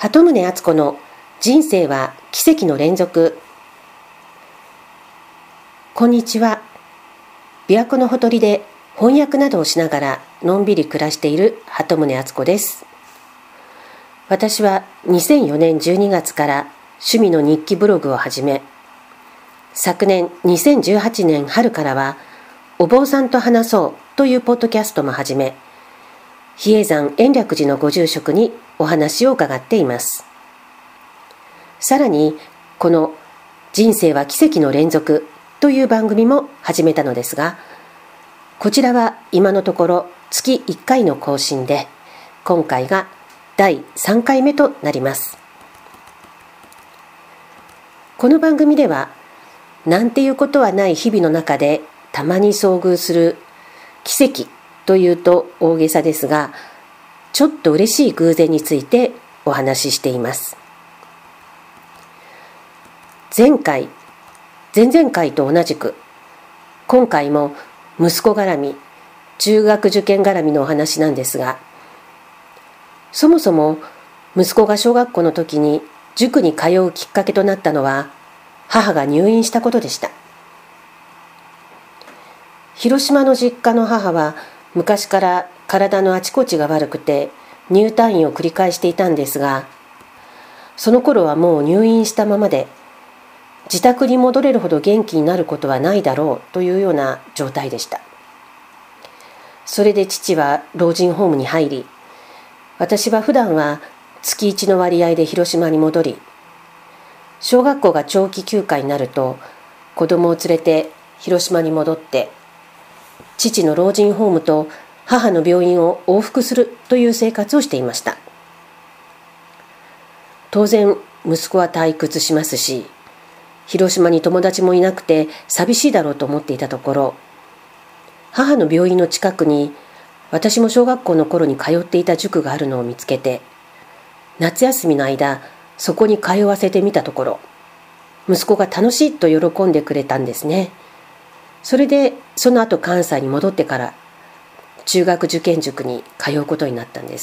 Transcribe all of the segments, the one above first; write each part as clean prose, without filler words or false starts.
鳩宗敦子の人生は奇跡の連続。こんにちは。琵琶湖のほとりで翻訳などをしながらのんびり暮らしている鳩宗敦子です。私は2004年12月から趣味の日記ブログを始め、昨年2018年春からはお坊さんと話そうというポッドキャストも始め、比叡山延暦寺のご住職にお話を伺っています。さらにこの人生は奇跡の連続という番組も始めたのですが、こちらは今のところ月1回の更新で、今回が第3回目となります。この番組ではなんていうことはない日々の中でたまに遭遇する奇跡というと大げさですが、ちょっと嬉しい偶然についてお話ししています。前回、前々回と同じく、今回も息子絡み、中学受験絡みのお話なんですが、そもそも息子が小学校の時に塾に通うきっかけとなったのは、母が入院したことでした。広島の実家の母は昔から体のあちこちが悪くて入退院を繰り返していたんですが、その頃はもう入院したままで、自宅に戻れるほど元気になることはないだろうというような状態でした。それで父は老人ホームに入り、私は普段は月1の割合で広島に戻り、小学校が長期休暇になると子供を連れて広島に戻って、父の老人ホームと母の病院を往復するという生活をしていました。当然息子は退屈しますし、広島に友達もいなくて寂しいだろうと思っていたところ、母の病院の近くに私も小学校の頃に通っていた塾があるのを見つけて、夏休みの間そこに通わせてみたところ、息子が楽しいと喜んでくれたんですね。それでその後関西に戻ってから中学受験塾に通うことになったんです。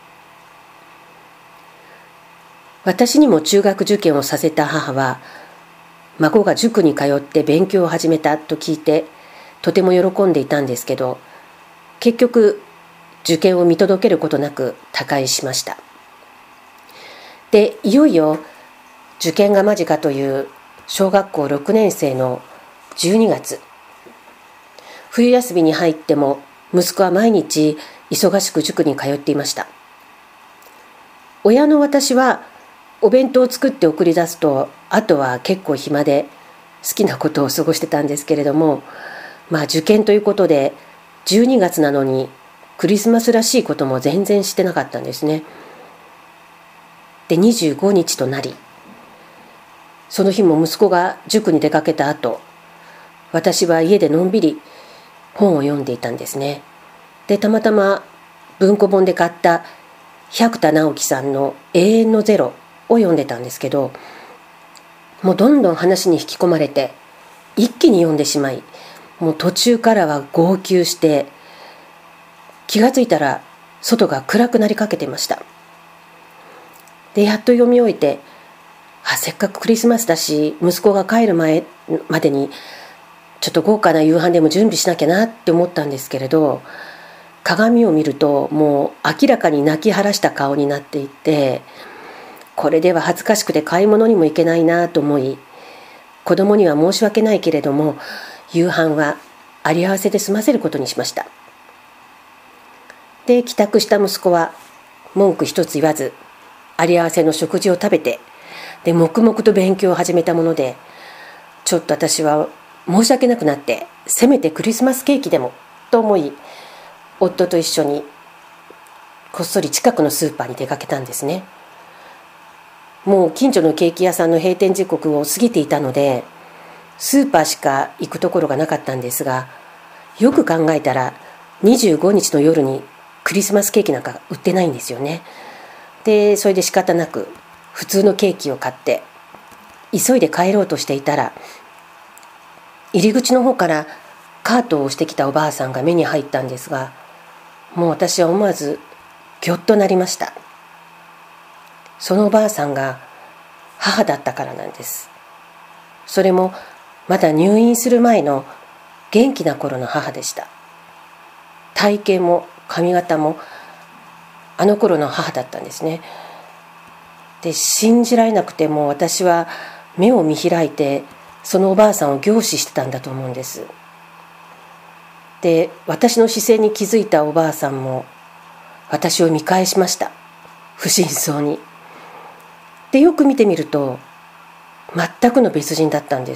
私にも中学受験をさせた母は、孫が塾に通って勉強を始めたと聞いてとても喜んでいたんですけど、結局受験を見届けることなく他界しました。で、いよいよ受験が間近という小学校6年生の12月、冬休みに入っても息子は毎日忙しく塾に通っていました。親の私はお弁当を作って送り出すと、あとは結構暇で好きなことを過ごしてたんですけれども、受験ということで12月なのにクリスマスらしいことも全然してなかったんですね。で、25日となり、その日も息子が塾に出かけた後、私は家でのんびり本を読んでいたんですね。で、たまたま文庫本で買った百田直樹さんの永遠のゼロを読んでたんですけど、もうどんどん話に引き込まれて一気に読んでしまい、もう途中からは号泣して、気がついたら外が暗くなりかけてました。で、やっと読み終えて、せっかくクリスマスだし息子が帰る前までにちょっと豪華な夕飯でも準備しなきゃなって思ったんですけれど、鏡を見るともう明らかに泣き晴らした顔になっていて、これでは恥ずかしくて買い物にも行けないなと思い、子供には申し訳ないけれども夕飯はあり合わせで済ませることにしました。で、帰宅した息子は文句一つ言わずあり合わせの食事を食べて、で黙々と勉強を始めたもので、ちょっと私は申し訳なくなって、せめてクリスマスケーキでもと思い、夫と一緒にこっそり近くのスーパーに出かけたんですね。もう近所のケーキ屋さんの閉店時刻を過ぎていたので、スーパーしか行くところがなかったんですが、よく考えたら25日の夜にクリスマスケーキなんか売ってないんですよね。で、それで仕方なく普通のケーキを買って急いで帰ろうとしていたら、入り口の方からカートを押してきたおばあさんが目に入ったんですが、もう私は思わずぎょっとなりました。 そのおばあさんが母だったからなんです。それもまだ入院する前の元気な頃の母でした。体型も髪型もあの頃の母だったんですね。で、信じられなくても私は目を見開いてそのおばあさんを凝視してたんだと思うんです。で、私の視線に気づいたおばあさんも私を見返しました。不審そうに。で、よく見てみると全くの別人だったんです。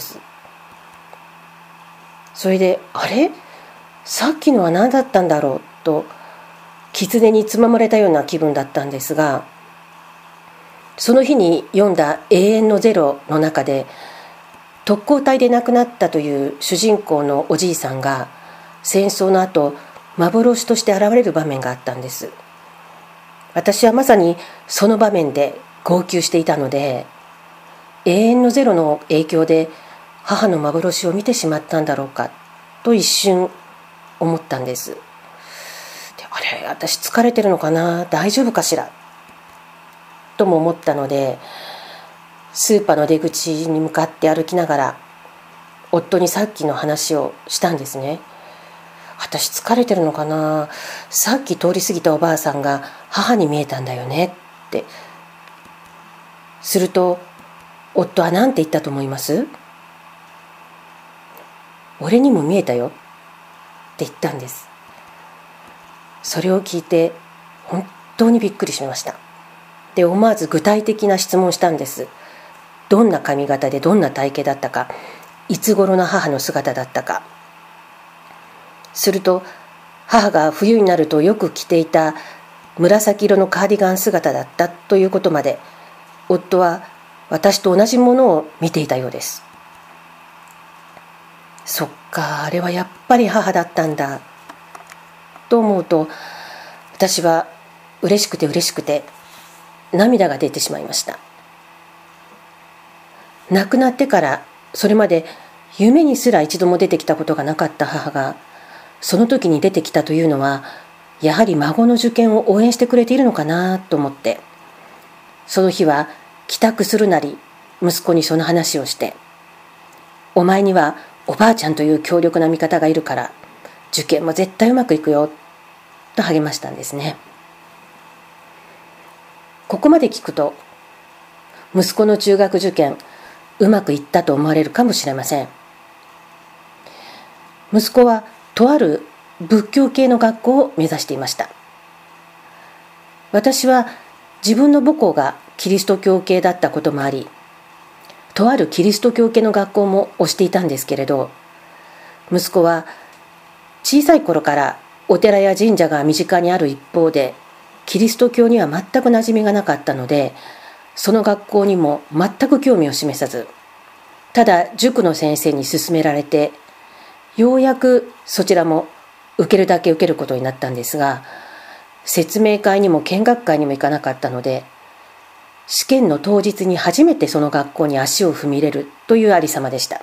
それで、あれ？さっきのは何だったんだろうと狐につままれたような気分だったんですが、その日に読んだ永遠のゼロの中で特攻隊で亡くなったという主人公のおじいさんが戦争の後幻として現れる場面があったんです。私はまさにその場面で号泣していたので、永遠のゼロの影響で母の幻を見てしまったんだろうかと一瞬思ったんです。で、あれ、私疲れてるのかな、大丈夫かしらとも思ったので、スーパーの出口に向かって歩きながら夫にさっきの話をしたんですね。私疲れてるのかな、さっき通り過ぎたおばあさんが母に見えたんだよねって。すると夫は何て言ったと思います？俺にも見えたよって言ったんです。それを聞いて本当にびっくりしました。で、思わず具体的な質問をしたんです。どんな髪型でどんな体型だったか、いつ頃の母の姿だったか。すると母が冬になるとよく着ていた紫色のカーディガン姿だったということまで、夫は私と同じものを見ていたようです。そっか、あれはやっぱり母だったんだと思うと、私は嬉しくて涙が出てしまいました。亡くなってからそれまで夢にすら一度も出てきたことがなかった母がその時に出てきたというのは、やはり孫の受験を応援してくれているのかなと思って、その日は帰宅するなり息子にその話をして、お前にはおばあちゃんという強力な味方がいるから受験も絶対うまくいくよと励ましたんですね。ここまで聞くと息子の中学受験うまくいったと思われるかもしれません。息子はとある仏教系の学校を目指していました。私は自分の母校がキリスト教系だったこともあり、とあるキリスト教系の学校も推していたんですけれど、息子は小さい頃からお寺や神社が身近にある一方で、キリスト教には全く馴染みがなかったので、その学校にも全く興味を示さず、ただ塾の先生に勧められて、ようやくそちらも受けるだけ受けることになったんですが、説明会にも見学会にも行かなかったので、試験の当日に初めてその学校に足を踏み入れるというありさまでした。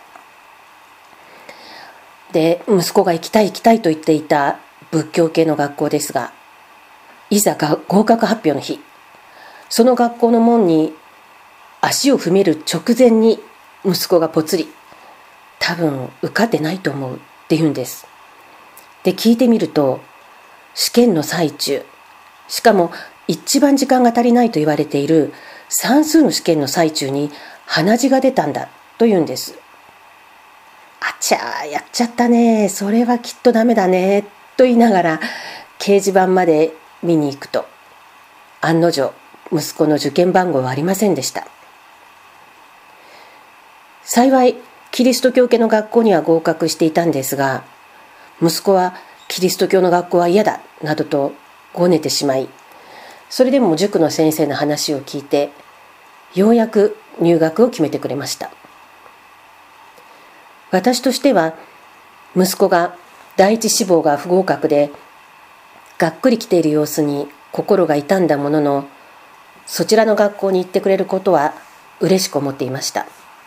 で、息子が行きたいと言っていた仏教系の学校ですが、いざ合格発表の日、その学校の門に足を踏める直前に息子がぽつり、多分受かってないと思うって言うんです。で、聞いてみると、試験の最中、しかも一番時間が足りないと言われている算数の試験の最中に鼻血が出たんだと言うんです。あちゃー、やっちゃったね、それはきっとダメだねと言いながら掲示板まで見に行くと、案の定息子の受験番号はありませんでした。幸いキリスト教系の学校には合格していたんですが、息子はキリスト教の学校は嫌だなどとごねてしまい、それでも塾の先生の話を聞いて、ようやく入学を決めてくれました。私としては、息子が第一志望が不合格でがっくりきている様子に心が痛んだものの、そちらの学校に行ってくれることは嬉しく思っていました。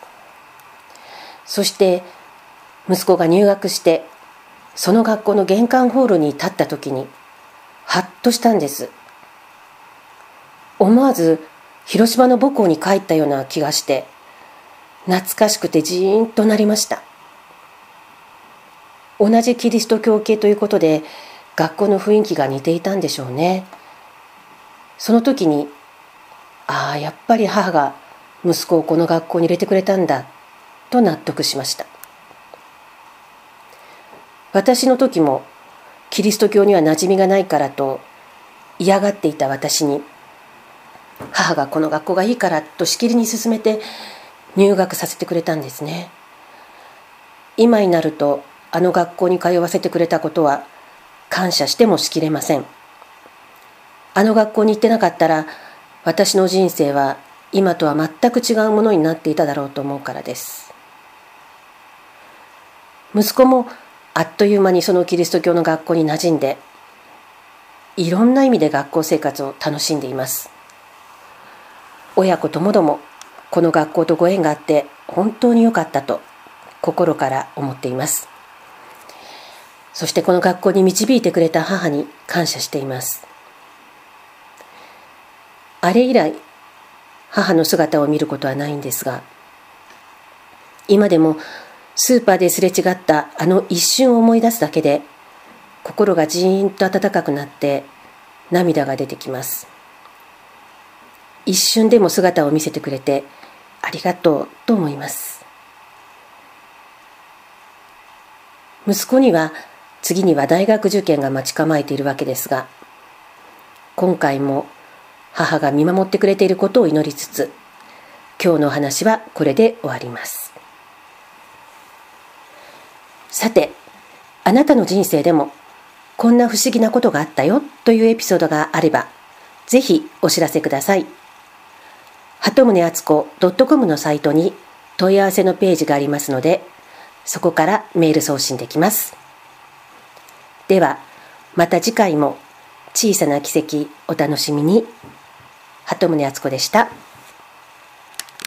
そして息子が入学してその学校の玄関ホールに立った時にハッとしたんです。思わず広島の母校に帰ったような気がして、懐かしくてジーンとなりました。同じキリスト教系ということで、学校の雰囲気が似ていたんでしょうね。その時に、やっぱり母が息子をこの学校に入れてくれたんだ、と納得しました。私の時も、キリスト教には馴染みがないからと嫌がっていた私に、母がこの学校がいいからとしきりに勧めて入学させてくれたんですね。今になるとあの学校に通わせてくれたことは感謝してもしきれません。あの学校に行ってなかったら私の人生は今とは全く違うものになっていただろうと思うからです。息子もあっという間にそのキリスト教の学校に馴染んで、いろんな意味で学校生活を楽しんでいます。親子ともどもこの学校とご縁があって本当に良かったと心から思っています。そしてこの学校に導いてくれた母に感謝しています。あれ以来母の姿を見ることはないんですが、今でもスーパーですれ違ったあの一瞬を思い出すだけで心がジーンと温かくなって涙が出てきます。一瞬でも姿を見せてくれてありがとうと思います。息子には次には大学受験が待ち構えているわけですが、今回も母が見守ってくれていることを祈りつつ、今日のお話はこれで終わります。さて、あなたの人生でもこんな不思議なことがあったよというエピソードがあれば、ぜひお知らせください。鳩宗敦子 .com のサイトに問い合わせのページがありますので、そこからメール送信できます。では、また次回も小さな奇跡お楽しみに。鳩宗敦子でした。